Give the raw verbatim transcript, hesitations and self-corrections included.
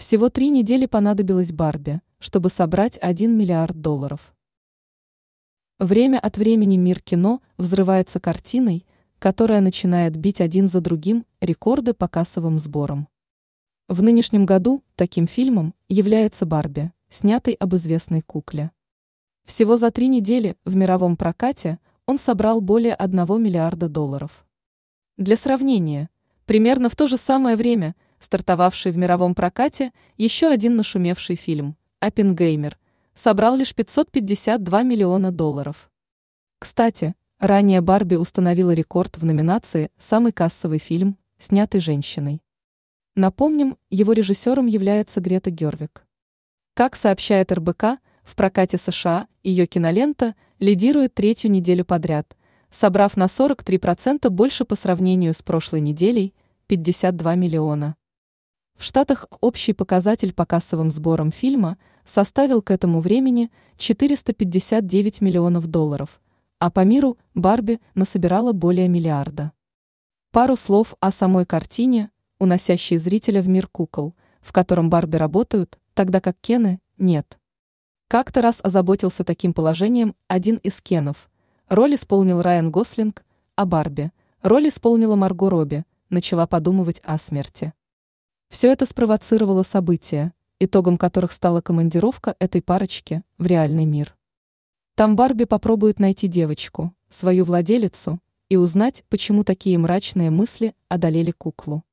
Всего три недели понадобилось Барби, чтобы собрать один миллиард долларов. Время от времени мир кино взрывается картиной, которая начинает бить один за другим рекорды по кассовым сборам. В нынешнем году таким фильмом является «Барби», снятый об известной кукле. Всего за три недели в мировом прокате он собрал более одного миллиарда долларов. Для сравнения, примерно в то же самое время стартовавший в мировом прокате еще один нашумевший фильм «Оппенгеймер» собрал лишь пятьсот пятьдесят два миллиона долларов. Кстати, ранее «Барби» установила рекорд в номинации «Самый кассовый фильм, снятый женщиной». Напомним, его режиссером является Грета Гервиг. Как сообщает эр бэ ка, в прокате США ее кинолента лидирует третью неделю подряд, собрав на сорок три процента больше по сравнению с прошлой неделей – пятьдесят два миллиона. В Штатах общий показатель по кассовым сборам фильма составил к этому времени четыреста пятьдесят девять миллионов долларов, а по миру «Барби» насобирала более миллиарда. Пару слов о самой картине, уносящей зрителя в мир кукол, в котором Барби работают, тогда как Кены – нет. Как-то раз озаботился таким положением один из Кенов. Роль исполнил Райан Гослинг, а Барби, роль исполнила Марго Робби, начала подумывать о смерти. Все это спровоцировало события, итогом которых стала командировка этой парочки в реальный мир. Там Барби попробует найти девочку, свою владелицу, и узнать, почему такие мрачные мысли одолели куклу.